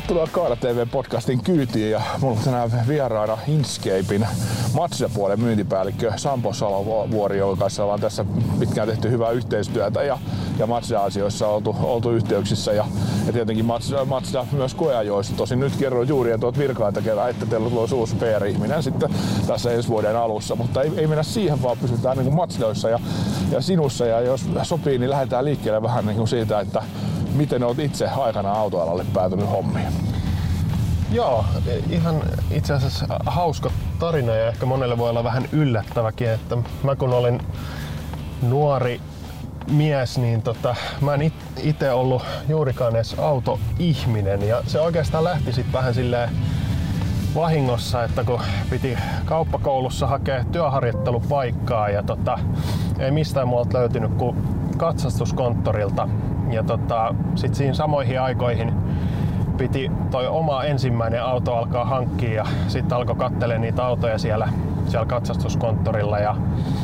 Tervetuloa Kaara TV-podcastin kyytiin ja mulla on tänään vieraana Inchcapen Mazda-puolen myyntipäällikkö Sampo Salovuori, jonka kanssa ollaan tässä pitkään tehty hyvää yhteistyötä ja Mazda-asioissa oltu yhteyksissä ja tietenkin Mazda myös koeajoissa. Tosin nyt kerron juuri, että olet virkaan tekevä, että teillä olisi uusi PR-ihminen sitten tässä ensi vuoden alussa, mutta ei mennä siihen, vaan pysytään niin kuin Mazdoissa ja sinussa, ja jos sopii, niin lähdetään liikkeelle vähän niin kuin siitä, että miten olet itse aikanaan autoalalle päätynyt hommiin? Joo, ihan itse asiassa hauska tarina ja ehkä monelle voi olla vähän yllättäväkin, että mä kun olin nuori mies, niin mä en itse ollut juurikaan edes autoihminen, ja se oikeastaan lähti sitten vähän silleen vahingossa, että kun piti kauppakoulussa hakea työharjoittelupaikkaa ja ei mistään muualta löytynyt kuin katsastuskonttorilta, ja sit siinä samoihin aikoihin piti toi oma ensimmäinen auto alkaa hankkia ja sitten alkoi katselemaan niitä autoja siellä katsastuskonttorilla ja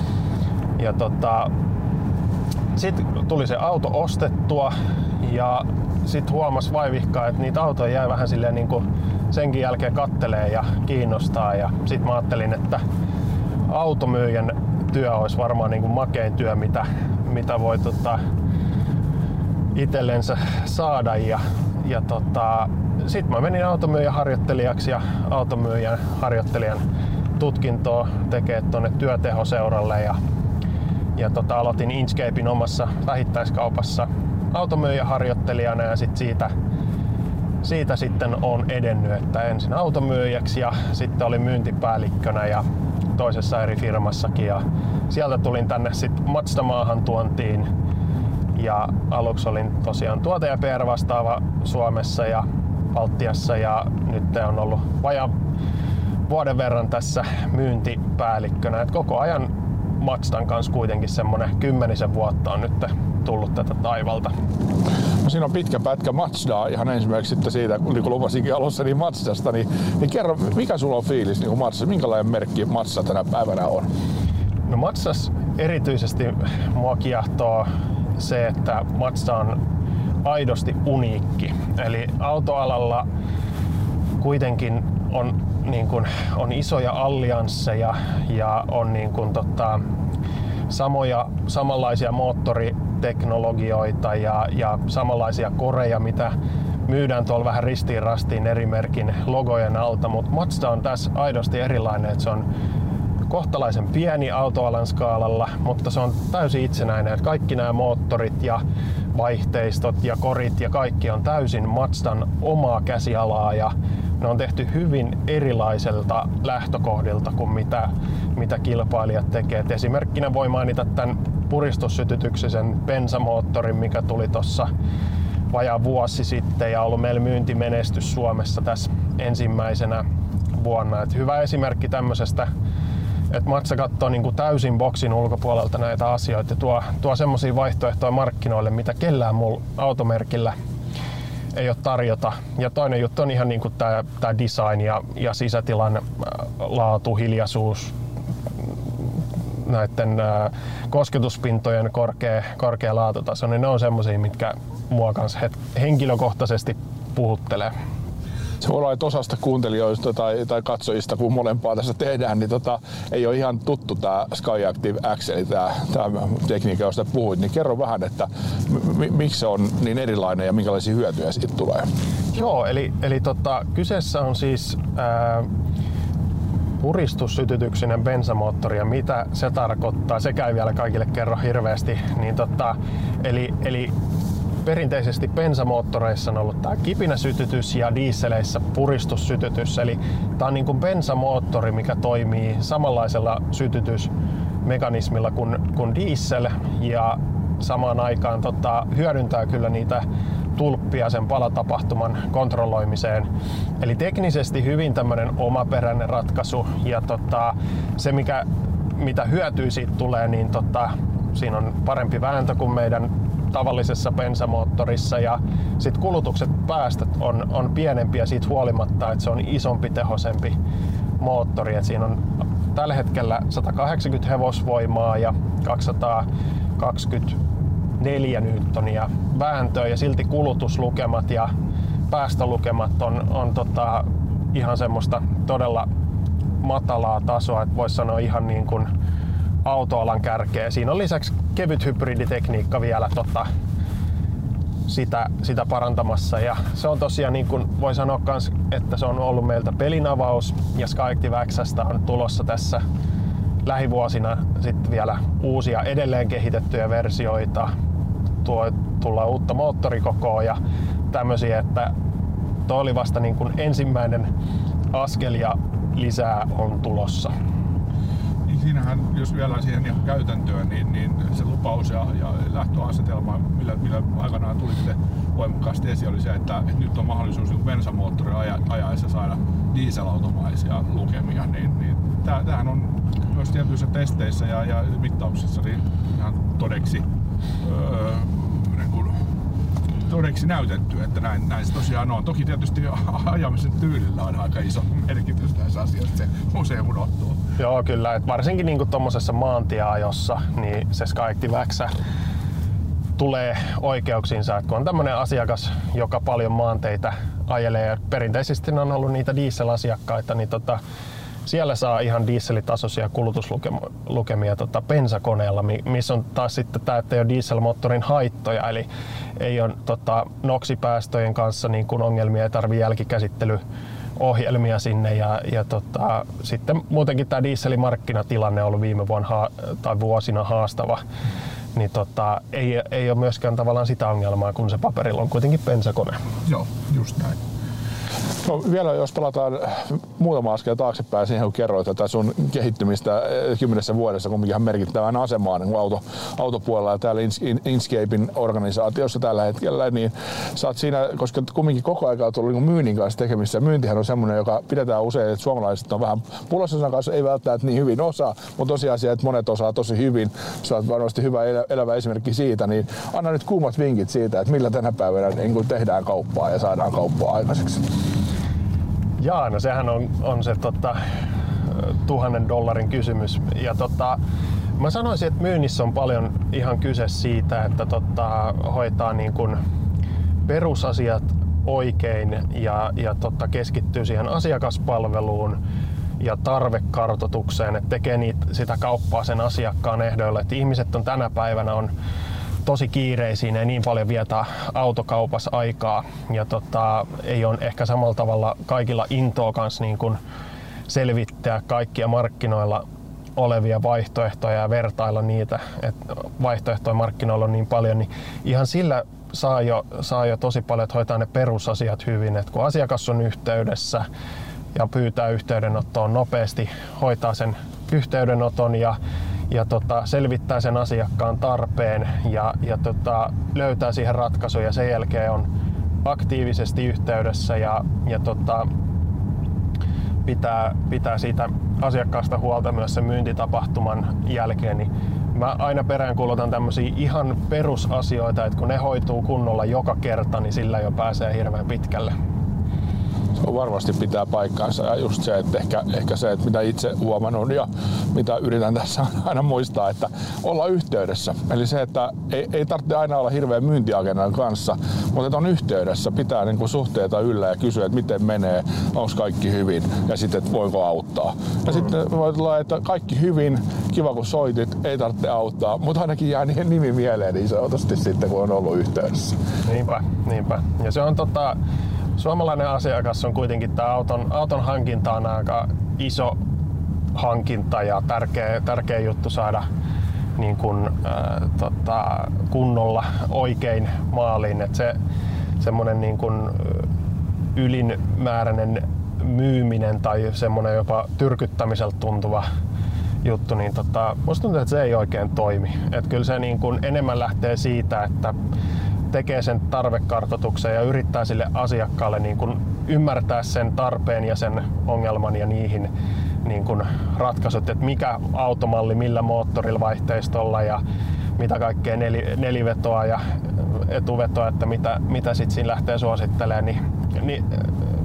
sitten tuli se auto ostettua ja sitten huomasi vaivihkaa, että niitä autoja jäi vähän silleen niin kuin senkin jälkeen kattelee ja kiinnostaa, ja sitten mä ajattelin, että automyyjän työ olisi varmaan niin kuin makein työ, mitä voi itsellensä saada, ja sitten mä menin automyyjän harjoittelijaksi ja automyyjän harjoittelijan tutkintoa tekee tuonne työtehoseuralle ja aloitin Inchcapen omassa vähittäiskaupassa automyyjän harjoittelijana, ja siitä sitten on edennyt, että ensin automyyjäksi ja sitten olin myyntipäällikkönä ja toisessa eri firmassakin, ja sieltä tulin tänne sitten Mazda-maahan tuontiin. Ja aluksi olin tosiaan tuote- ja PR-vastaava Suomessa ja Baltiassa, ja nyt on ollut vajaan vuoden verran tässä myyntipäällikkönä. Et koko ajan Mazdan kanssa kuitenkin semmonen 10 vuotta on nyt tullut tätä taivalta. No, siinä on pitkä pätkä Mazdaa ihan ensimmäiseksi sitten siitä, niin kuin lupasinkin alussa, niin Mazdasta, niin kerro, mikä sulla on fiilis niin Mazdassa, minkälainen merkki Mazda tänä päivänä on? No Mazdas erityisesti mua kiehtoo se, että Mazda on aidosti uniikki. Eli autoalalla kuitenkin on isoja alliansseja ja on samanlaisia moottoriteknologioita ja samanlaisia koreja, mitä myydään tuolla vähän ristiin rastiin eri merkin logojen alta, mutta Mazda on tässä aidosti erilainen, että se on kohtalaisen pieni autoalan skaalalla, mutta se on täysin itsenäinen, että kaikki nämä moottorit ja vaihteistot ja korit ja kaikki on täysin Mazdan omaa käsialaa, ja ne on tehty hyvin erilaiselta lähtökohdilta kuin mitä kilpailijat tekee. Et esimerkkinä voi mainita tämän puristussytytyksisen bensamoottorin, mikä tuli tuossa vajaa vuosi sitten ja ollut meillä myyntimenestys Suomessa tässä ensimmäisenä vuonna. Et hyvä esimerkki tämmöisestä, että Mazda katsoo niin kuin täysin boksin ulkopuolelta näitä asioita ja tuo semmoisia vaihtoehtoja markkinoille, mitä kellään muulla automerkillä ei ole tarjota. Ja toinen juttu on ihan niin kuin tämä design ja sisätilan laatu, hiljaisuus, näiden kosketuspintojen korkea laatutaso, niin ne on semmoisia, mitkä mua kanssa henkilökohtaisesti puhuttelee. Se voi olla, että osasta kuuntelijoista tai katsojista, kun molempaa tässä tehdään, niin ei ole ihan tuttu tämä SkyActiv X, eli tämä tekniikka, josta puhuit. Niin kerro vähän, että miksi se on niin erilainen ja minkälaisia hyötyjä siitä tulee? Joo, eli kyseessä on siis puristussytytyksinen bensamoottori, ja mitä se tarkoittaa, sekä ei vielä kaikille kerro hirveästi. Niin eli perinteisesti bensamoottoreissa on ollut tämä kipinäsytytys ja dieseleissä puristussytytys. Eli tämä on niin kuin bensamoottori, mikä toimii samanlaisella sytytysmekanismilla kuin diesel, ja samaan aikaan hyödyntää kyllä niitä tulppia sen palatapahtuman kontrolloimiseen. Eli teknisesti hyvin tämmöinen omaperäinen ratkaisu, ja se mitä hyötyä siitä tulee, niin siinä on parempi vääntö kuin meidän tavallisessa bensamoottorissa, ja sit kulutukset päästöt on pienempiä siitä huolimatta, että se on isompi, tehoisempi moottori. Et siinä on tällä hetkellä 180 hevosvoimaa ja 224 newtonia vääntöä, ja silti kulutuslukemat ja päästölukemat on ihan semmoista todella matalaa tasoa, että voisi sanoa ihan niin kuin autoalan kärkeä. Siinä on lisäksi kevyt hybriditekniikka vielä sitä parantamassa, ja se on tosiaan niin kuin voi sanoa kans, että se on ollut meiltä pelinavaus, ja SkyActiv X:stä on tulossa tässä lähivuosina sitten vielä uusia edelleen kehitettyjä versioita, tullaan uutta moottorikokoa ja tämmöisiä, että toi oli vasta niin kuin ensimmäinen askel ja lisää on tulossa. Siinähän, jos vielä siihen ihan käytäntöön, niin se lupaus ja lähtöasetelma, millä aikanaan tulitte voimakkaasti esiin, oli se, että nyt on mahdollisuus bensamoottoria ajaessa saada dieselautomaisia lukemia. Niin tämähän on myös tietyissä testeissä ja mittauksissa niin ihan todeksi näytetty, että näin se tosiaan on. Toki tietysti ajamisen tyylillä on aika iso merkitys näissä asioissa, se usein unohtuu. Joo, kyllä. Et varsinkin niin tuommoisessa maantieajossa niin se SkyActiv X tulee oikeuksiinsa. Et kun on tämmöinen asiakas, joka paljon maanteitä ajelee, ja perinteisesti on ollut niitä dieselasiakkaita, niin siellä saa ihan dieselitasoisia kulutuslukemia bensakoneella, missä on taas sitten tämä, että ei ole dieselmoottorin haittoja, eli ei ole NOx-päästöjen kanssa niin kuin ongelmia, ei tarvitse jälkikäsittelyohjelmia sinne, ja sitten muutenkin tämä dieselimarkkinatilanne on ollut viime vuosina haastava, niin ei ole myöskään tavallaan sitä ongelmaa, kun se paperilla on kuitenkin bensakone. Joo, just näin. No, vielä jos palataan muutama askel taaksepäin siihen, kun kerroit tätä sun kehittymistä 10 vuodessa kumminkin ihan merkittävään asemaan niin autopuolella ja täällä Inkscapen organisaatiossa tällä hetkellä, niin sä oot siinä, koska kumminkin koko ajan on tullut niin myynnin kanssa tekemistä. Myyntihän on semmoinen, joka pidetään usein, että suomalaiset on vähän pulassa kanssa, ei välttämättä niin hyvin osaa, mutta tosiasia, että monet osaa tosi hyvin. Sä oot varmasti hyvä elävä esimerkki siitä, niin anna nyt kuumat vinkit siitä, että millä tänä päivänä niin tehdään kauppaa ja saadaan kauppaa aikaiseksi. Jaa, no sehän on se $1,000 kysymys. Ja mä sanoisin, että myynnissä on paljon ihan kyse siitä, että hoitaa niin kuin perusasiat oikein ja keskittyy siihen asiakaspalveluun ja tarvekartoitukseen, että tekee sitä kauppaa sen asiakkaan ehdoilla. Että ihmiset on tänä päivänä tosi kiireisiin, ei niin paljon vietä autokaupassa aikaa, ja ei ole ehkä samalla tavalla kaikilla intoa kanssa niin kuin selvittää kaikkia markkinoilla olevia vaihtoehtoja ja vertailla niitä, että vaihtoehtoja markkinoilla on niin paljon, niin ihan sillä saa jo tosi paljon, että hoitaa ne perusasiat hyvin, että kun asiakas on yhteydessä ja pyytää yhteydenottoon nopeasti, hoitaa sen yhteydenoton ja selvittää sen asiakkaan tarpeen ja löytää siihen ratkaisun, ja sen jälkeen on aktiivisesti yhteydessä ja pitää siitä asiakkaasta huolta myös sen myyntitapahtuman jälkeen, niin mä aina peräänkuulutan tämmöisiä ihan perusasioita, että kun ne hoituu kunnolla joka kerta, niin sillä jo pääsee hirveän pitkälle. Se varmasti pitää paikkaansa, ja just se, että ehkä se, että mitä itse huomannut ja mitä yritän tässä aina muistaa, että olla yhteydessä. Eli se, että ei tarvitse aina olla hirveän myyntiagendan kanssa, mutta että on yhteydessä, pitää niin kuin suhteita yllä ja kysyä, että miten menee, onko kaikki hyvin ja sitten, että voiko auttaa. Ja sitten voi tulla, että kaikki hyvin, kiva kun soitit, ei tarvitse auttaa, mutta ainakin jää nimi mieleen niin sanotusti sitten, kun on ollut yhteydessä. Niinpä. Ja se on suomalainen asiakas on kuitenkin, tämä auton hankinta on aika iso hankinta ja tärkeä juttu saada niin kuin, kunnolla oikein maaliin. Että se semmoinen niin kuin ylimääräinen myyminen tai semmoinen jopa tyrkyttämiseltä tuntuva juttu, niin musta tuntuu, että se ei oikein toimi. Että kyllä se niin kuin enemmän lähtee siitä, että tekee sen tarvekartoituksen ja yrittää sille asiakkaalle niin kuin ymmärtää sen tarpeen ja sen ongelman ja niihin niin kuin ratkaisut, että mikä automalli, millä moottorilla, vaihteistolla ja mitä kaikkea nelivetoa ja etuvetoa, että mitä sitten siinä lähtee suosittelemaan, niin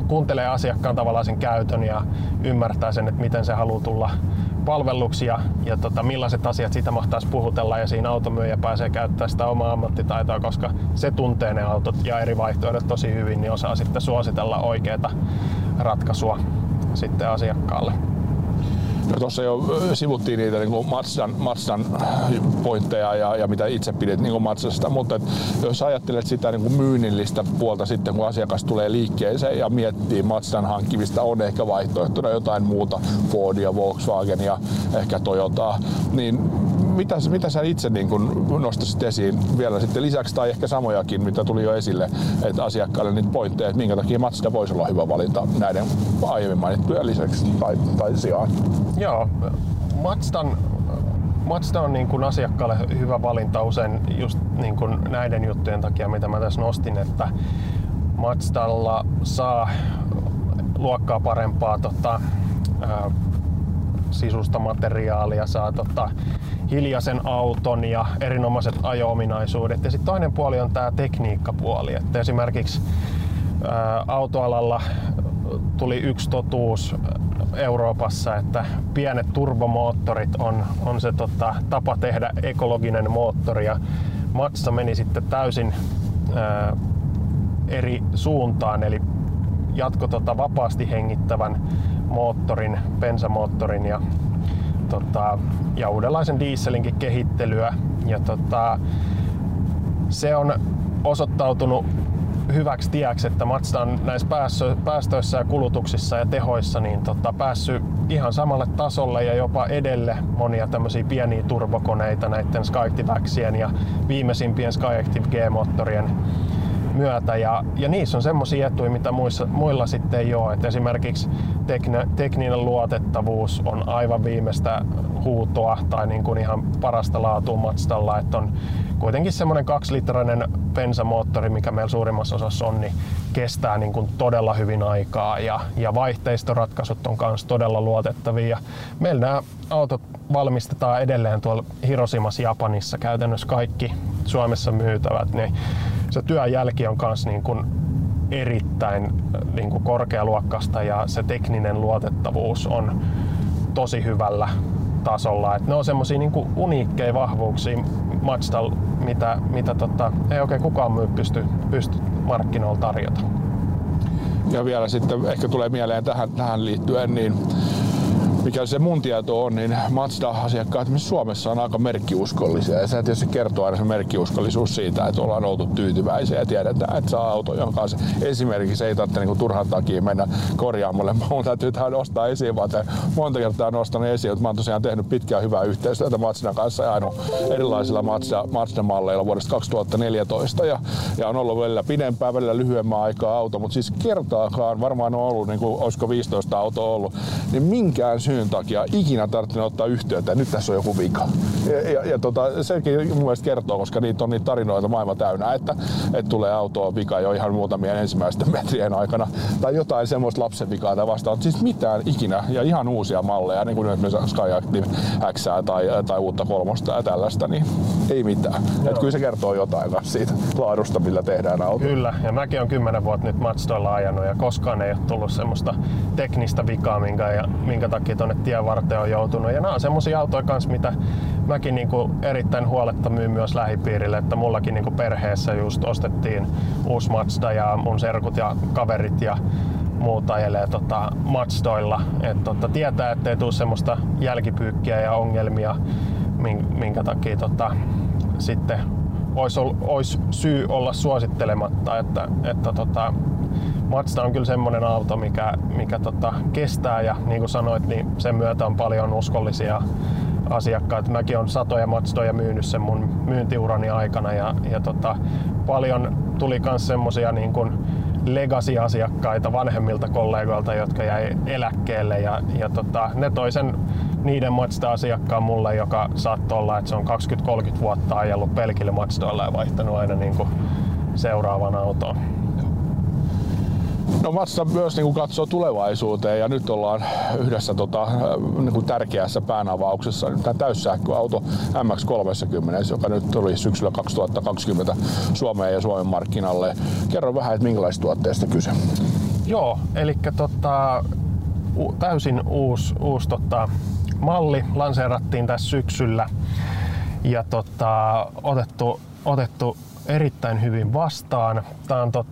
kuuntelee asiakkaan tavallaan sen käytön ja ymmärtää sen, että miten se haluaa tulla palvelluksi ja millaiset asiat siitä mahtaisi puhutella, ja siinä automyyjä pääsee käyttämään sitä omaa ammattitaitoa, koska se tuntee ne autot ja eri vaihtoehdot tosi hyvin, niin osaa sitten suositella oikeaa ratkaisua sitten asiakkaalle. No, tuossa jo sivuttiin niitä niin kuin Mazdan pointteja ja mitä itse pidit niin kuin Mazdasta, mutta jos ajattelet sitä niin kuin myynnillistä puolta sitten, kun asiakas tulee liikkeeseen ja miettii Mazdan hankkimista, on ehkä vaihtoehtona jotain muuta, Fordia, Volkswagenia, ehkä Toyotaa, niin mitä sä itse niin kun nostaisit esiin vielä sitten lisäksi, tai ehkä samojakin, mitä tuli jo esille, että asiakkaalle niitä pointteja, että minkä takia Mazda voisi olla hyvä valinta näiden aiemmin mainittujen lisäksi tai sijaan? Joo, Mazda on niin kuin asiakkaalle hyvä valinta usein just niin kuin näiden juttujen takia, mitä mä tässä nostin, että Mazdalla saa luokkaa parempaa sisusta materiaalia, saa hiljaisen auton ja erinomaiset ajo-ominaisuudet. Ja sitten toinen puoli on tämä tekniikkapuoli. Että esimerkiksi autoalalla tuli yksi totuus Euroopassa, että pienet turbomoottorit on se tapa tehdä ekologinen moottori, ja Mazda meni sitten täysin eri suuntaan, eli jatko vapaasti hengittävän moottorin, bensamoottorin ja uudenlaisen dieselinkin kehittelyä, ja se on osoittautunut hyväksi tieksi, että Mazda on näissä päästöissä ja kulutuksissa ja tehoissa niin päässyt ihan samalle tasolle ja jopa edelle monia tämmöisiä pieniä turbokoneita näiden Skyactiv-Xien ja viimeisimpien Skyactiv G-moottorien myötä, ja niissä on semmoisia etuja, mitä muilla sitten ei ole. Et esimerkiksi tekninen luotettavuus on aivan viimeistä huutoa tai niin kuin ihan parasta laatua Mazdalla, että on kuitenkin semmoinen 2-litrainen bensamoottori, mikä meillä suurimmassa osassa on, niin kestää niin kuin todella hyvin aikaa, ja vaihteistoratkaisut on myös todella luotettavia. Ja meillä nämä autot valmistetaan edelleen tuolla Hiroshimassa, Japanissa, käytännössä kaikki Suomessa myytävät, niin se työnjälki on myös niin kuin erittäin niin kuin korkealuokkaista, ja se tekninen luotettavuus on tosi hyvällä tasolla. Et ne on semmosia niin kuin uniikkeja vahvuuksia Mazdalla, mitä ei oikein kukaan myy pysty markkinoilla tarjota. Ja vielä sitten ehkä tulee mieleen tähän liittyen, niin mikä se mun tieto on, niin Mazda-asiakkaat Suomessa on aika merkkiuskollisia, ja se tietysti kertoo aina se merkkiuskollisuus siitä, että ollaan oltu tyytyväisiä ja tiedetään, että saa auto, jonka kanssa esimerkiksi ei tarvitse niinku turhan takia mennä korjaamolle. Mun täytyy tähän nostaa esiin, vaan monta kertaa nostan esiin, että mä oon tosiaan tehnyt pitkään hyvää yhteistyötä Mazdan kanssa ja ainoa erilaisilla Mazda-malleilla vuodesta 2014, ja on ollut välillä pidempään, välillä lyhyemmän aikaa auto, mutta siis kertaakaan varmaan on ollut, niin kuin, olisiko 15 autoa ollut, niin minkään syyn takia ikinä tarvitse ottaa yhteyttä, nyt tässä on joku vika. Sekin mun mielestä kertoo, koska niitä on niitä tarinoita maailma täynnä, että tulee autoon vika jo ihan muutamien ensimmäisten metrien aikana tai jotain semmoista lapsen vikaa tai vastaan. Siis mitään ikinä, ja ihan uusia malleja, niin kuin esimerkiksi Skyactiv X tai uutta 3 ja tällaista, niin ei mitään. Että kyllä se kertoo jotain siitä laadusta, millä tehdään auto. Kyllä, ja mäkin olen 10 vuotta nyt Mazdoilla ajanut, ja koskaan ei ole tullut semmoista teknistä vikaa, minkä takia tuonne tien varteen on joutunut. Ja nämä on semmosia autoja kanssa, mitä mäkin niinku erittäin huoletta myyn myös lähipiirille, että mullakin niinku perheessä just ostettiin uusi Mazda, ja mun serkut ja kaverit ja muut ajelee Mazdoilla. Että tietää, ettei tule semmoista jälkipyykkiä ja ongelmia, minkä takia sitten olisi syy olla suosittelematta, että Mazda on kyllä semmoinen auto, mikä kestää, ja niin kuin sanoit, niin sen myötä on paljon uskollisia asiakkaita. Mäkin olen satoja Mazdoja myynyt sen mun myyntiurani aikana, ja paljon tuli myös semmosia niin kuin legacy-asiakkaita vanhemmilta kollegoilta, jotka jäi eläkkeelle, ja ne toi sen niiden Mazda-asiakkaan mulle, joka saattoi olla, että se on 20-30 vuotta ajellut pelkillä Mazdoilla ja vaihtanut aina niin kuin seuraavan autoon. No Mazda myös niin katsoo tulevaisuuteen, ja nyt ollaan yhdessä niin tärkeässä päänavauksessa. Tämä täyssähköauto MX-30, joka nyt tuli syksyllä 2020 Suomeen ja Suomen markkinalle. Kerro vähän, että minkälaista tuotteesta kyse? Joo, eli täysin uusi malli lanseerattiin tässä syksyllä ja otettu erittäin hyvin vastaan. Tää on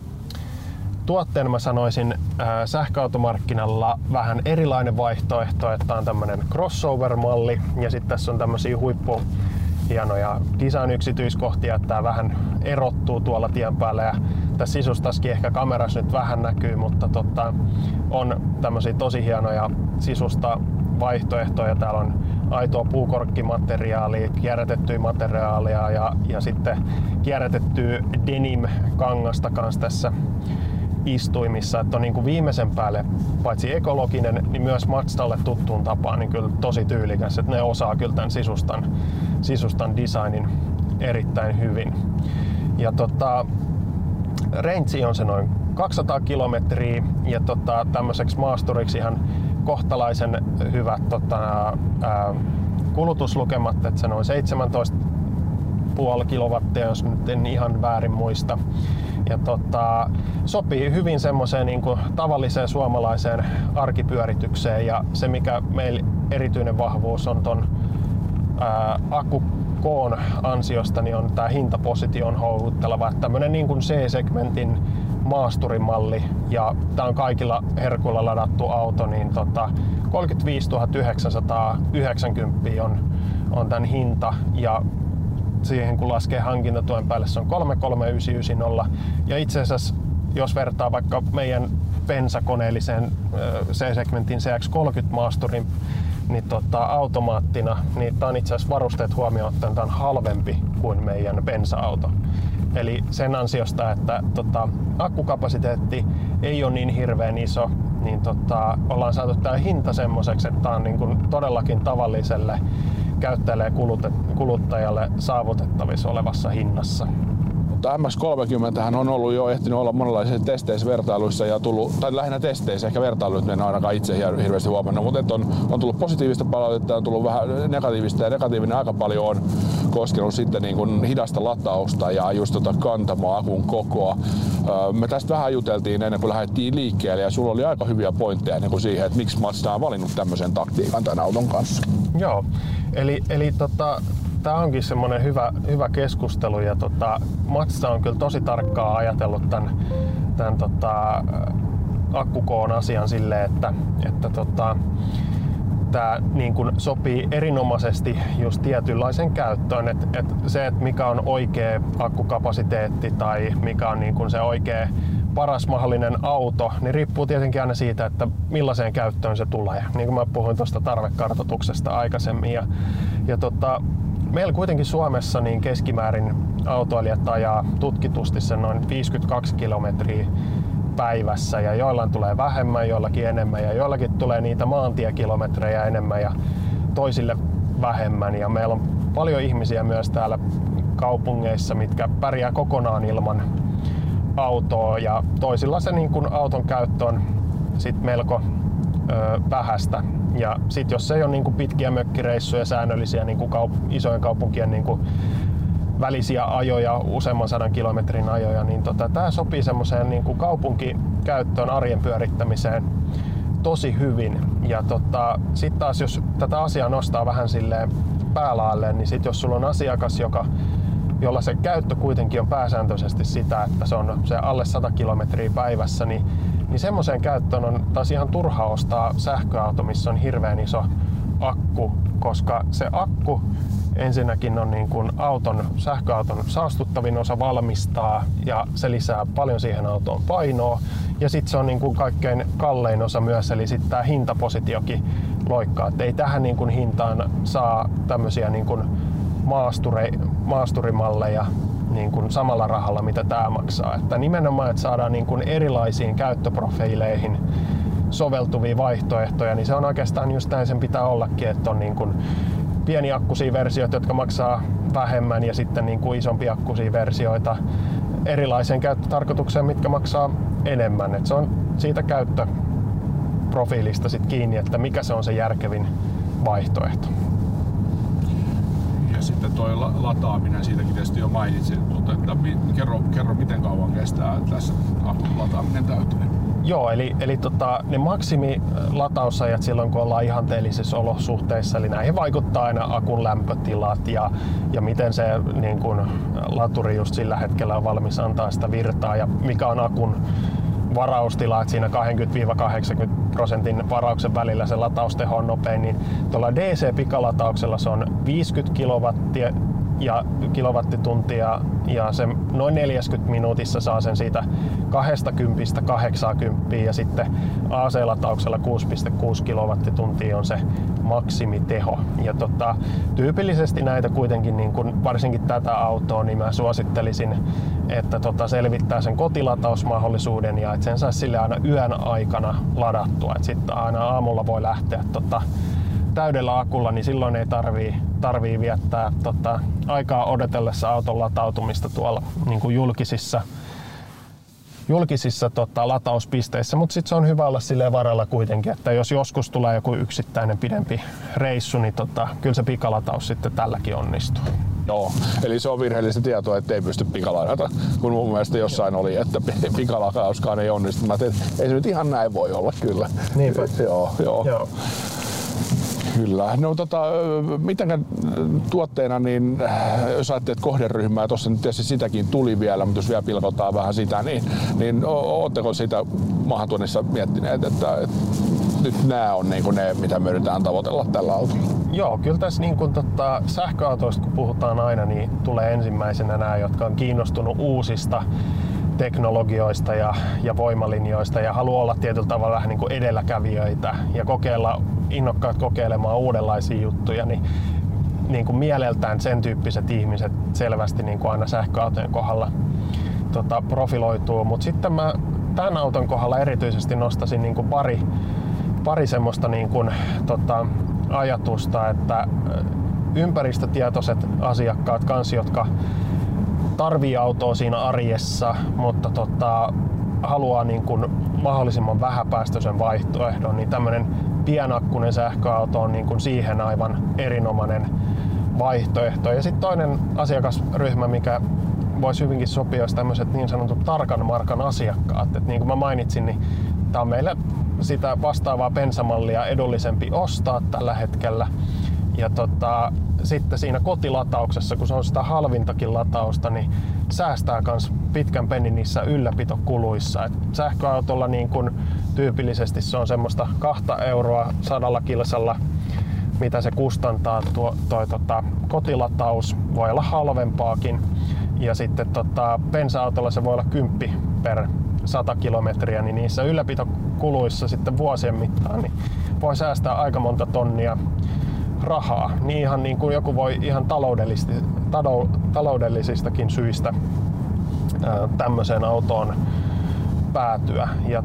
tuotteen mä sanoisin sähköautomarkkinalla vähän erilainen vaihtoehto, että on tämmönen crossover-malli ja sitten tässä on tämmöisiä hienoja design-yksityiskohtia, että tää vähän erottuu tuolla tien päällä ja tässä sisustaskin ehkä kamerassa nyt vähän näkyy, mutta on tämmöisiä tosi hienoja sisusta vaihtoehtoja. Täällä on aitoa puukorkkimateriaalia, kierrätettyä materiaalia ja sitten kierrätettyä denim-kangasta kanssa tässä istuimissa, että on niin kuin viimeisen päälle paitsi ekologinen, niin myös Mazdalle tuttuun tapaan niin kyllä tosi tyylikäs, että ne osaa kyllä tämän sisustan designin erittäin hyvin. Ja range on se noin 200 kilometriä ja tämmöiseksi maasturiksi ihan kohtalaisen hyvät kulutuslukemat, että se noin 17,5 kilowattia, jos nyt en ihan väärin muista. Ja sopii hyvin semmoiseen niin kuin tavalliseen suomalaiseen arkipyöritykseen ja se mikä meillä erityinen vahvuus on ton akkukoon ansiosta, niin on tää hintapositio on houkutteleva. Tämmönen niin kuin C-segmentin maasturimalli ja tää on kaikilla herkuilla ladattu auto, niin 35 990 on tän hinta ja siihen kun laskee hankintatuen päälle se on 33990 ja itse asiassa jos vertaa vaikka meidän bensakoneelliseen C-segmentin CX-30 maasturin niin automaattina, niin tää on itse asiassa varusteet huomioon ottaen tää on halvempi kuin meidän bensa-auto. Eli sen ansiosta, että akkukapasiteetti ei ole niin hirveän iso, niin ollaan saatu tää hinta semmoiseksi, että tää on niin kuin todellakin tavalliselle käyttäjälle ja kuluttajalle saavutettavissa olevassa hinnassa. Mutta MX-30 on ollut jo ehtinyt olla monenlaisissa testeissä, vertailuissa ja tai lähinnä testeissä, ehkä vertailuita en ainakaan itse hirveästi huomannut, mutta on tullut positiivista palautetta, on tullut vähän negatiivista ja negatiivinen aika paljon on koskenut sitten niin kuin hidasta latausta ja just kantamaa, akun kokoa. Me tästä vähän juteltiin ennen kuin lähdettiin liikkeelle ja sulla oli aika hyviä pointteja ennen kuin siihen, että miksi Mazda on valinnut tämmöisen taktiikan tämän auton kanssa. Joo, eli tää onkin semmonen hyvä keskustelu ja Mazda on kyllä tosi tarkkaan ajatellut tän akkukoon asian silleen, että tää niin kun sopii erinomaisesti just tietynlaisen käyttöön, että se, että mikä on oikea akkukapasiteetti tai mikä on niin kun se oikea paras mahdollinen auto, niin riippuu tietenkin aina siitä, että millaiseen käyttöön se tulee. Niin kuin mä puhuin tuosta tarvekartoituksesta aikaisemmin ja meillä kuitenkin Suomessa niin keskimäärin autoilijat ajaa tutkitusti sen noin 52 kilometriä päivässä ja joillain tulee vähemmän, joillakin enemmän ja joillakin tulee niitä maantiekilometrejä enemmän ja toisille vähemmän. Ja meillä on paljon ihmisiä myös täällä kaupungeissa, mitkä pärjää kokonaan ilman autoa ja toisilla se niin kuin auton käyttö on sit melko vähäistä. Ja sit jos ei ole niin kuin pitkiä mökkireissuja, säännöllisiä niin kuin isojen kaupunkien niin kuin välisiä ajoja, useamman 100 kilometrin ajoja, niin tää sopii semmoiseen niin kuin kaupunkikäyttöön, arjen pyörittämiseen tosi hyvin. Ja sit taas jos tätä asiaa nostaa vähän silleen päälaalle, niin sit jos sulla on asiakas, jolla se käyttö kuitenkin on pääsääntöisesti sitä, että se on se alle 100 kilometriä päivässä, niin semmoiseen käyttöön on taas ihan turha ostaa sähköauto, missä on hirveän iso akku, koska se akku ensinnäkin on niin kuin sähköauton saastuttavin osa valmistaa ja se lisää paljon siihen autoon painoa ja sitten se on niin kuin kaikkein kallein osa myös, eli sitten tämä hintapositiokin loikkaa, että ei tähän niin kuin hintaan saa tämmöisiä niin kuin maasturimalleja niin kuin samalla rahalla, mitä tämä maksaa. Että nimenomaan, että saadaan niin kuin erilaisiin käyttöprofiileihin soveltuvia vaihtoehtoja, niin se on oikeastaan just näin sen pitää ollakin, että on niin kuin pieniakkuisia versioita, jotka maksaa vähemmän ja sitten niin kuin isompiakkuisia versioita erilaiseen käyttötarkoitukseen, mitkä maksaa enemmän. Et se on siitä käyttöprofiilista sit kiinni, että mikä se on se järkevin vaihtoehto. Ja sitten tuo lataaminen, siitäkin tietysti jo mainitsin, mutta että kerro miten kauan kestää tässä lataaminen täytyy? Joo, eli ne maksimilatausajat silloin, kun ollaan ihanteellisissa olosuhteissa, eli näihin vaikuttaa aina akun lämpötilat ja miten se niin kun, laturi just sillä hetkellä on valmis antaa sitä virtaa ja mikä on akun varaustila, että siinä 20-80% varauksen välillä se latausteho on nopein, niin tuolla DC-pikalatauksella se on 50 kilowattituntia ja se noin 40 minuutissa saa sen siitä 20-80 ja sitten AC-latauksella 6,6 kilowattituntia on se maksimiteho. Ja tyypillisesti näitä kuitenkin, niin kun varsinkin tätä autoa, niin mä suosittelisin, että selvittää sen kotilatausmahdollisuuden ja että sen saisi sille aina yön aikana ladattua. Et sitten aina aamulla voi lähteä täydellä akulla, niin silloin ei tarvii viettää aikaa odotellessa auton latautumista tuolla niin kuin julkisissa latauspisteissä, mutta sitten se on hyvä olla silleen varalla kuitenkin, että jos joskus tulee joku yksittäinen pidempi reissu, niin kyllä se pikalataus sitten tälläkin onnistuu. Joo, eli se on virheellistä tietoa, että ei pysty pikaladata, kun mun mielestä jossain oli, että pikalatauskaan ei onnistu. Mä tein, ei se nyt ihan näin voi olla kyllä. Niinpä. Joo. Kyllä. No mitenkä tuotteena, niin jos ajattelet kohderyhmää, tuossa nyt tietysti sitäkin tuli vielä, mutta jos vielä pilkotaan vähän sitä, niin ootteko sitä maahantuonnissa miettineet, että nyt nämä on niin kuin ne, mitä me yritetään tavoitella tällä autolla? Joo, kyllä tässä niin kuin sähköautoista kun puhutaan aina, niin tulee ensimmäisenä nämä, jotka on kiinnostunut uusista teknologioista ja voimalinjoista ja haluaa olla tietyllä tavalla vähän niin kuin edelläkävijöitä ja innokkaat kokeilemaan uudenlaisia juttuja, niin kuin mieleltään sen tyyppiset ihmiset selvästi niin kuin aina sähköautojen kohdalla profiloituu, mutta sitten mä tämän auton kohdalla erityisesti nostaisin niin kuin pari semmoista niin kuin, ajatusta, että ympäristötietoiset asiakkaat kanssa, jotka tarvii autoa siinä arjessa, mutta haluaa niin kuin mahdollisimman vähäpäästöisen vaihtoehdon, niin tämmöinen pienakkunen sähköauto on niin kuin siihen aivan erinomainen vaihtoehto. Ja sitten toinen asiakasryhmä, mikä voisi hyvinkin sopia, olisi tämmöiset niin sanotut tarkan markan asiakkaat. Et niin kuin mä mainitsin, niin tämä on meille sitä vastaavaa bensamallia edullisempi ostaa tällä hetkellä. Ja sitten siinä kotilatauksessa, kun se on sitä halvintakin latausta, niin säästää myös pitkän pennin niissä ylläpitokuluissa. Et sähköautolla niin kun tyypillisesti se on semmoista 2 euroa 100 kilsalla, mitä se kustantaa kotilataus. Voi olla halvempaakin. Ja sitten bensa-autolla se voi olla 10 per 100 kilometriä, niin niissä ylläpitokuluissa sitten vuosien mittaan niin voi säästää aika monta tonnia rahaa. Niin ihan niin kuin joku voi ihan taloudellisistakin syistä tämmöiseen autoon päätyä. Ja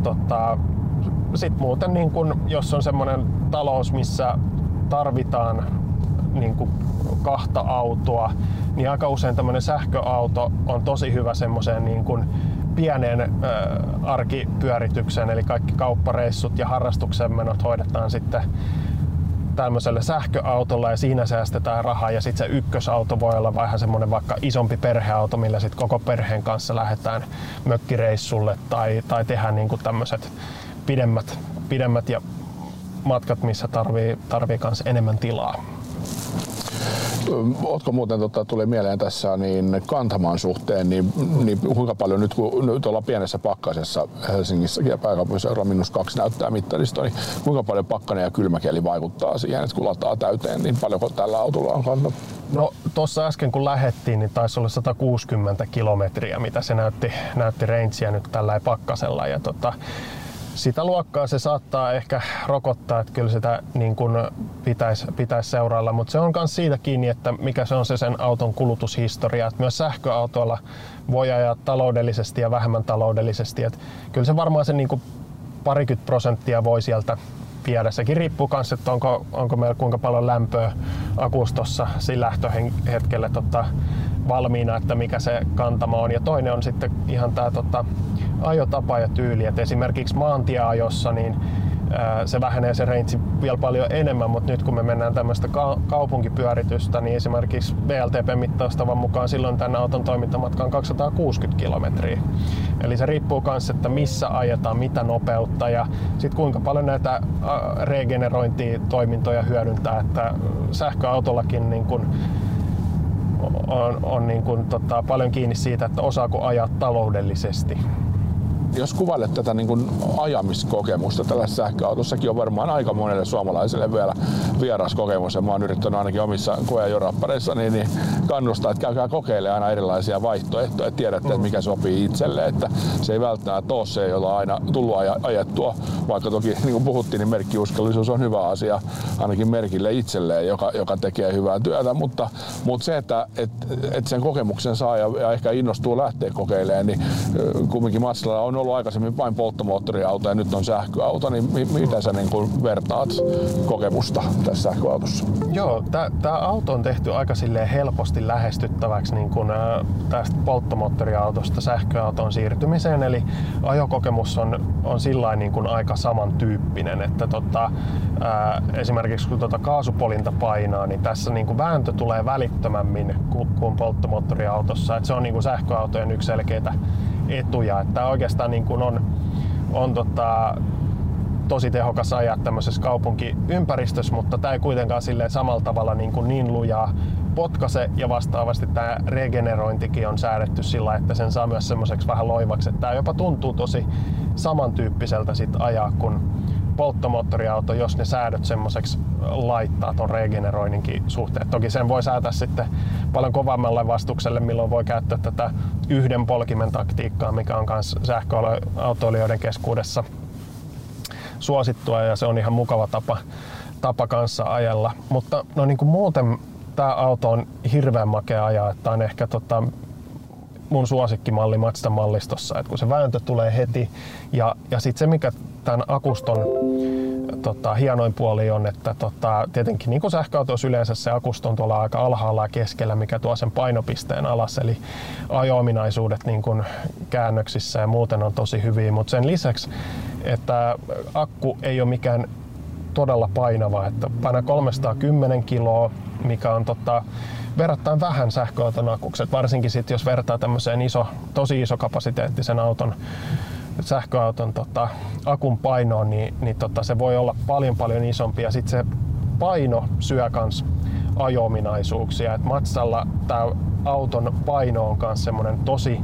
sit muuten niin kun, jos on semmoinen talous, missä tarvitaan niin kuin 2 autoa, niin aika usein tämmöinen sähköauto on tosi hyvä semmoiseen niin kuin pieneen arkipyöritykseen, eli kaikki kauppareissut ja harrastuksen menot hoidetaan sitten tämmöisellä sähköautolla ja siinä säästetään rahaa ja sitten se ykkösauto voi olla vähän semmoinen vaikka isompi perheauto, millä sitten koko perheen kanssa lähdetään mökkireissulle tai tehdään niinku tämmöiset pidemmät ja matkat, missä tarvii kans enemmän tilaa. Ootko muuten, tuli mieleen tässä niin kantamaan suhteen, niin kuinka paljon nyt kun nyt ollaan pienessä pakkasessa Helsingissäkin ja pääkaupunkiseudulla -2 näyttää mittarista, niin kuinka paljon pakkanen ja kylmäkeli vaikuttaa siihen, että kun lataa täyteen, niin paljonko tällä autolla on kannat? No tuossa äsken kun lähdettiin, niin taisi olla 160 kilometriä, mitä se näytti rangea nyt tällä pakkasella. Ja sitä luokkaa se saattaa ehkä rokottaa, että kyllä sitä niin kuin pitäisi seurailla, mutta se on myös siitä kiinni, että mikä se on se sen auton kulutushistoria. Että myös sähköautoilla voi ajaa taloudellisesti ja vähemmän taloudellisesti. Että kyllä se varmaan se niin kuin 20% voi sieltä viedä. Sekin riippuu myös, että onko meillä kuinka paljon lämpöä akustossa sillä lähtöhetkellä valmiina, että mikä se kantama on. Ja toinen on sitten ihan tämä ajotapa ja tyyli. Et esimerkiksi maantieajossa niin se vähenee se range vielä paljon enemmän, mutta nyt kun me mennään tämmöistä kaupunkipyöritystä, niin esimerkiksi VLTP-mittaustavan mukaan silloin tämän auton toimintamatka on 260 kilometriä. Eli se riippuu myös, että missä ajetaan, mitä nopeutta ja sitten kuinka paljon näitä regenerointitoimintoja hyödyntää, että sähköautollakin niin kun on niin kun, paljon kiinni siitä, että osaako ajaa taloudellisesti. Jos kuvailet tätä niin kuin ajamiskokemusta tällä sähköautossakin on varmaan aika monelle suomalaiselle vielä vieras kokemus ja mä oon yrittänyt ainakin omissa koe- ja rappareissa niin kannustaa, että käykää kokeilemaan aina erilaisia vaihtoehtoja, että tiedätte, että mikä sopii itselle, että se ei välttämättä ole se, jolla on aina tullut ajettua, vaikka toki niin kuin puhuttiin, niin merkkiuskollisuus on hyvä asia ainakin merkille itselleen, joka tekee hyvää työtä, mutta se, että sen kokemuksen saa ja ehkä innostuu lähteä kokeilemaan, niin kumminkin Mazda on ollut aikaisemmin vain polttomoottoriauto ja nyt on sähköauto, niin miten sä niin kuin vertaat kokemusta tässä sähköautossa? Joo, tämä auto on tehty aika silleen helposti lähestyttäväksi niin kuin tästä polttomoottoriautosta sähköautoon siirtymiseen, eli ajokokemus on sillain niin kuin aika samantyyppinen, että esimerkiksi kun kaasupolinta painaa, niin tässä niin kuin vääntö tulee välittömämmin kuin polttomoottoriautossa, että se on niin kuin sähköautojen yksi selkeitä etuja, että oikeastaan niin kuin on tosi tehokas ajaa tämmöisessä kaupunkiympäristössä, mutta tämä ei kuitenkaan silleen samalla tavalla niin lujaa potkaise ja vastaavasti tämä regenerointikin on säädetty sillä, että sen saa myös semmoiseksi vähän loivaksi, että tämä jopa tuntuu tosi samantyyppiseltä sit ajaa kuin polttomoottoriauto, jos ne säädöt semmoiseksi laittaa ton regeneroinninkin suhteen. Toki sen voi säätää sitten paljon kovammalle vastukselle, milloin voi käyttää tätä yhden polkimen taktiikkaa, mikä on myös sähköautoilijoiden keskuudessa suosittua ja se on ihan mukava tapa kanssa ajella. Mutta no niin kuin muuten tämä auto on hirveän makea ajaa, että on ehkä mun suosikkimalli Mazdan mallistossa, että kun se vääntö tulee heti ja sitten se mikä tämän akuston hienoin puoli on, että tietenkin niin kuin sähköautossa yleensä se akusto on tuolla aika alhaalla ja keskellä, mikä tuo sen painopisteen alas, eli ajo-ominaisuudet niin kuin käännöksissä ja muuten on tosi hyviä, mutta sen lisäksi, että akku ei ole mikään todella painava, että painaa 310 kiloa, mikä on verrattain vähän sähköauton akukset, varsinkin sitten jos vertaa tämmöiseen tosi isokapasiteettisen sähköauton akun painoon, niin se voi olla paljon isompi ja sitten se paino syö kans ajo-ominaisuuksia. Et Mazdalla tämä auton paino on kans semmoinen tosi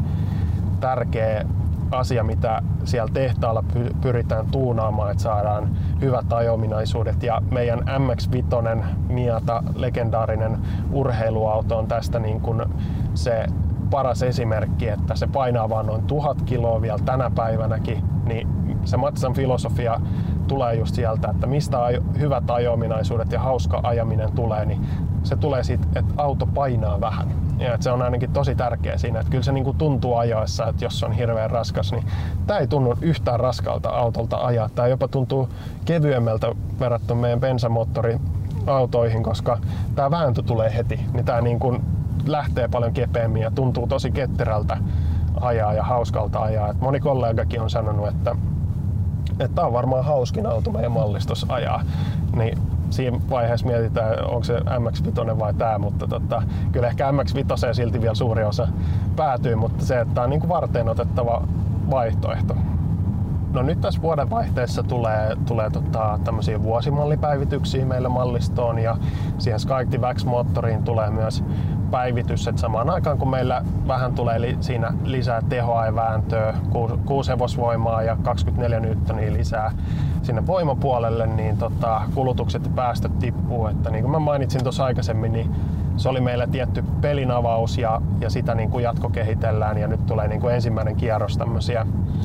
tärkeä asia, mitä siellä tehtaalla pyritään tuunaamaan, että saadaan hyvät ajo-ominaisuudet. Ja meidän MX-5 Miata, legendaarinen urheiluauto, on tästä niin kuin se paras esimerkki, että se painaa vaan noin 1000 kiloa vielä tänä päivänäkin, niin se Mazdan filosofia tulee just sieltä, että mistä hyvät ajo-ominaisuudet ja hauska ajaminen tulee, niin se tulee siitä, että auto painaa vähän. Ja että se on ainakin tosi tärkeä siinä, että kyllä se niinku tuntuu ajaessa, että jos on hirveän raskas, niin tämä ei tunnu yhtään raskalta autolta ajaa. Tämä jopa tuntuu kevyemmältä verrattuna meidän bensamoottoriautoihin, koska tämä vääntö tulee heti, niin tämä niinku lähtee paljon kepeämmin ja tuntuu tosi ketterältä ajaa ja hauskalta ajaa. Et moni kollegakin on sanonut, että tämä on varmaan hauskin auto meidän mallistossa ajaa. Niin siinä vaiheessa mietitään, onko se MX-5 vai tämä, mutta kyllä ehkä MX-5 silti vielä suuri osa päätyy, mutta se, että tämä on niin kuin varteen otettava vaihtoehto. No nyt tässä vuodenvaihteessa tulee tämmöisiä vuosimallipäivityksiä meille mallistoon ja siihen SkyActiv X-moottoriin tulee myös päivitys, että samaan aikaan kun meillä vähän tulee siinä lisää tehoa ja vääntöä, 6 hevosvoimaa ja 24 newtonia lisää sinne voimapuolelle, niin kulutukset ja päästöt tippuu. Että niin kuin mä mainitsin tuossa aikaisemmin, niin se oli meillä tietty pelin avaus ja sitä niin kuin jatkokehitellään ja nyt tulee niin kuin ensimmäinen kierros tämmöisiä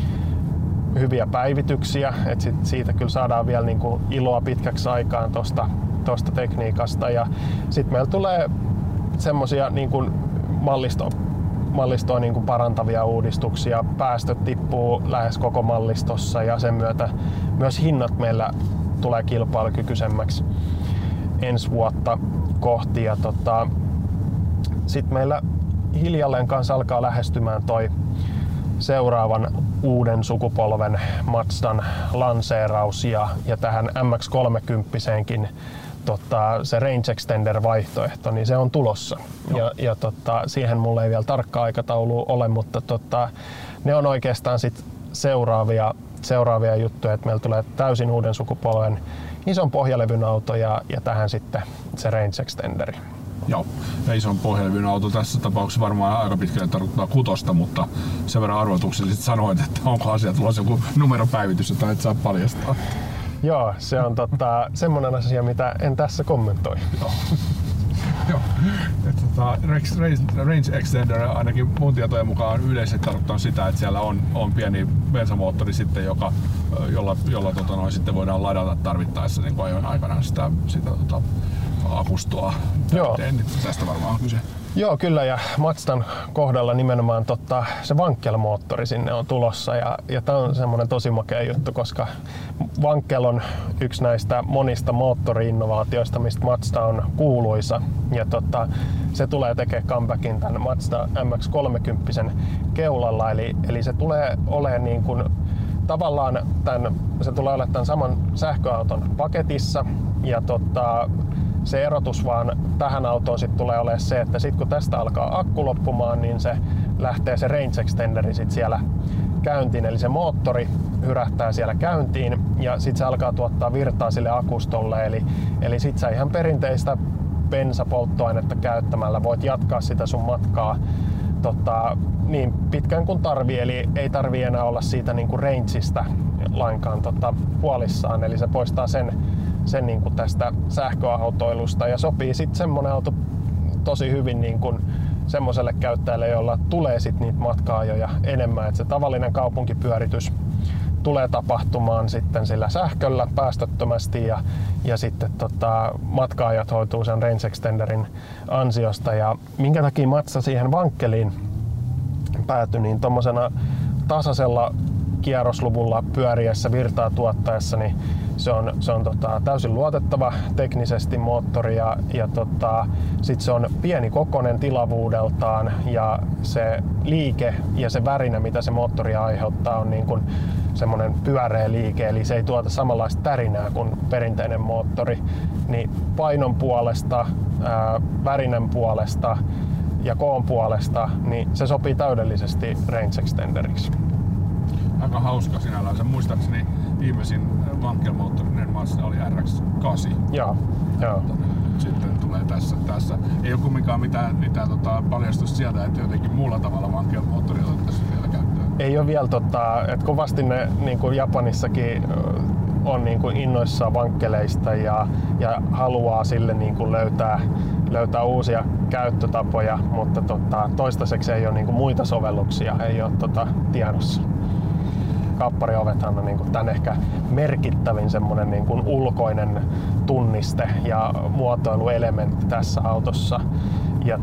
hyviä päivityksiä, että siitä kyllä saadaan vielä niin kuin iloa pitkäksi aikaan tosta tekniikasta ja sitten meillä tulee semmoisia niin kuin mallistoa niin kuin parantavia uudistuksia, päästöt tippuu lähes koko mallistossa ja sen myötä myös hinnat meillä tulee kilpailukykyisemmäksi ensi vuotta kohti ja sitten meillä hiljalleen kanssa alkaa lähestymään toi seuraavan uuden sukupolven Mazdan lanseeraus ja tähän MX-30-kin se range extender vaihtoehto, niin se on tulossa. Ja siihen mulla ei vielä tarkkaa aikataulua ole, mutta ne on oikeastaan sit seuraavia juttuja, että meillä tulee täysin uuden sukupolven ison pohjalevyn auto ja tähän sitten se range extenderi. Joo, ja ison pohjalevyn auto tässä tapauksessa varmaan aika pitkälle tarkoittaa 6, mutta sen verran arvotuksellisesti sanoit, että onko asia tulossa joku numeropäivitys, jota et saa paljastaa. Joo, se on semmoinen asia, mitä en tässä kommentoi. Joo. Range extender ainakin mun tietojen mukaan yleisesti tarkoittaa sitä, että siellä on pieni bensamoottori sitten, jolla sitten voidaan ladata tarvittaessa niin ajon aikana sitä akustoa täyteen. Tästä varmaan on kyse. Joo, kyllä, ja Mazdan kohdalla nimenomaan se Wankel-moottori sinne on tulossa ja tää on semmoinen tosi makea juttu, koska Wankel on yksi näistä monista moottori-innovaatioista, mistä Mazda on kuuluisa, ja se tulee tekemään comebackin tämän Mazda MX-30 keulalla, eli se tulee olemaan niin kuin tavallaan se tulee olemaan tämän saman sähköauton paketissa, ja se erotus vaan tähän autoon sit tulee olemaan se, että sit kun tästä alkaa akku loppumaan, niin se lähtee se range extenderi sit siellä käyntiin, eli se moottori hyrähtää siellä käyntiin ja sit se alkaa tuottaa virtaa sille akustolle, eli sit sä ihan perinteistä bensapolttoainetta käyttämällä voit jatkaa sitä sun matkaa niin pitkään kuin tarvii, eli ei tarvii enää olla siitä niinku rangeista lainkaan huolissaan, eli se poistaa sen niin kuin tästä sähköautoilusta ja sopii sitten semmoinen auto tosi hyvin niin kuin semmoiselle käyttäjälle, jolla tulee sitten niitä matka-ajoja enemmän, että se tavallinen kaupunkipyöritys tulee tapahtumaan sitten sillä sähköllä päästöttömästi ja sitten matka-ajat hoituu sen range extenderin ansiosta, ja minkä takia Mazda siihen Wankeliin päätyi, niin tommosena tasaisella kierrosluvulla pyöriessä virtaa tuottaessa, niin se on täysin luotettava teknisesti moottori ja sit se on pieni kokoinen tilavuudeltaan ja se liike ja se värinä, mitä se moottori aiheuttaa, on niin kuin semmoinen pyöreä liike, eli se ei tuota samanlaista tärinää kuin perinteinen moottori, niin painon puolesta, värinän puolesta ja koon puolesta, niin se sopii täydellisesti range extenderiksi. Aika hauska sinällään. Muistaakseni viimeisin Wankel-moottorinen Mazda oli RX-8. Joo. Sitten tulee tässä. Ei ole kumminkaan mitään paljastusta sieltä, että jotenkin muulla tavalla Wankel-moottori otettaisiin vielä käyttöön. Ei ole vielä, että kovasti ne niin kuin Japanissakin on niin kuin innoissaan vankkeleista ja haluaa sille niin kuin löytää uusia käyttötapoja, mutta toistaiseksi ei ole niin kuin muita sovelluksia, ei ole tiedossa. Kaappariovethan on niin kuin tämän ehkä merkittävin semmoinen niin kuin ulkoinen tunniste ja muotoiluelementti tässä autossa. Ja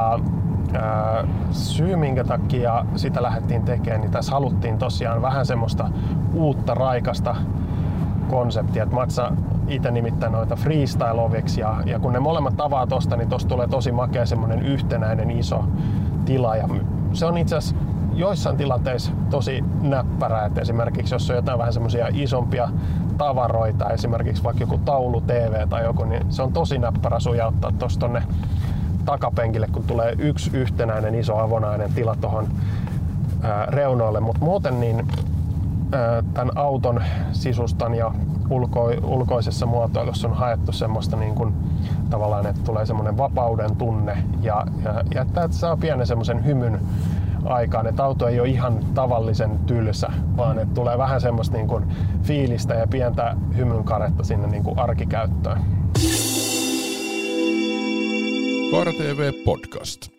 syy minkä takia sitä lähdettiin tekemään, niin tässä haluttiin tosiaan vähän semmoista uutta raikasta konseptia. Mazda itse nimittäin noita freestyle-oviksi ja kun ne molemmat tavaa tosta, niin tosta tulee tosi makea semmoinen yhtenäinen iso tila. Ja se on itse asiassa joissain tilanteissa tosi näppärää, että esimerkiksi jos on jotain vähän semmoisia isompia tavaroita, esimerkiksi vaikka joku taulu, TV tai joku, niin se on tosi näppärä sujauttaa tosta tonne takapenkille, kun tulee yksi yhtenäinen iso avonainen tila tohon reunoille, mutta muuten niin tämän auton sisustan ja ulkoisessa muotoilussa on haettu semmoista niin kuin tavallaan, että tulee semmoinen vapauden tunne ja että saa pienen semmoisen hymyn aikaan, että auto ei ole ihan tavallisen tylsä, vaan että tulee vähän semmoista niin kuin fiilistä ja pientä hymynkaretta sinne niin kuin arkikäyttöön. Kaara TV Podcast.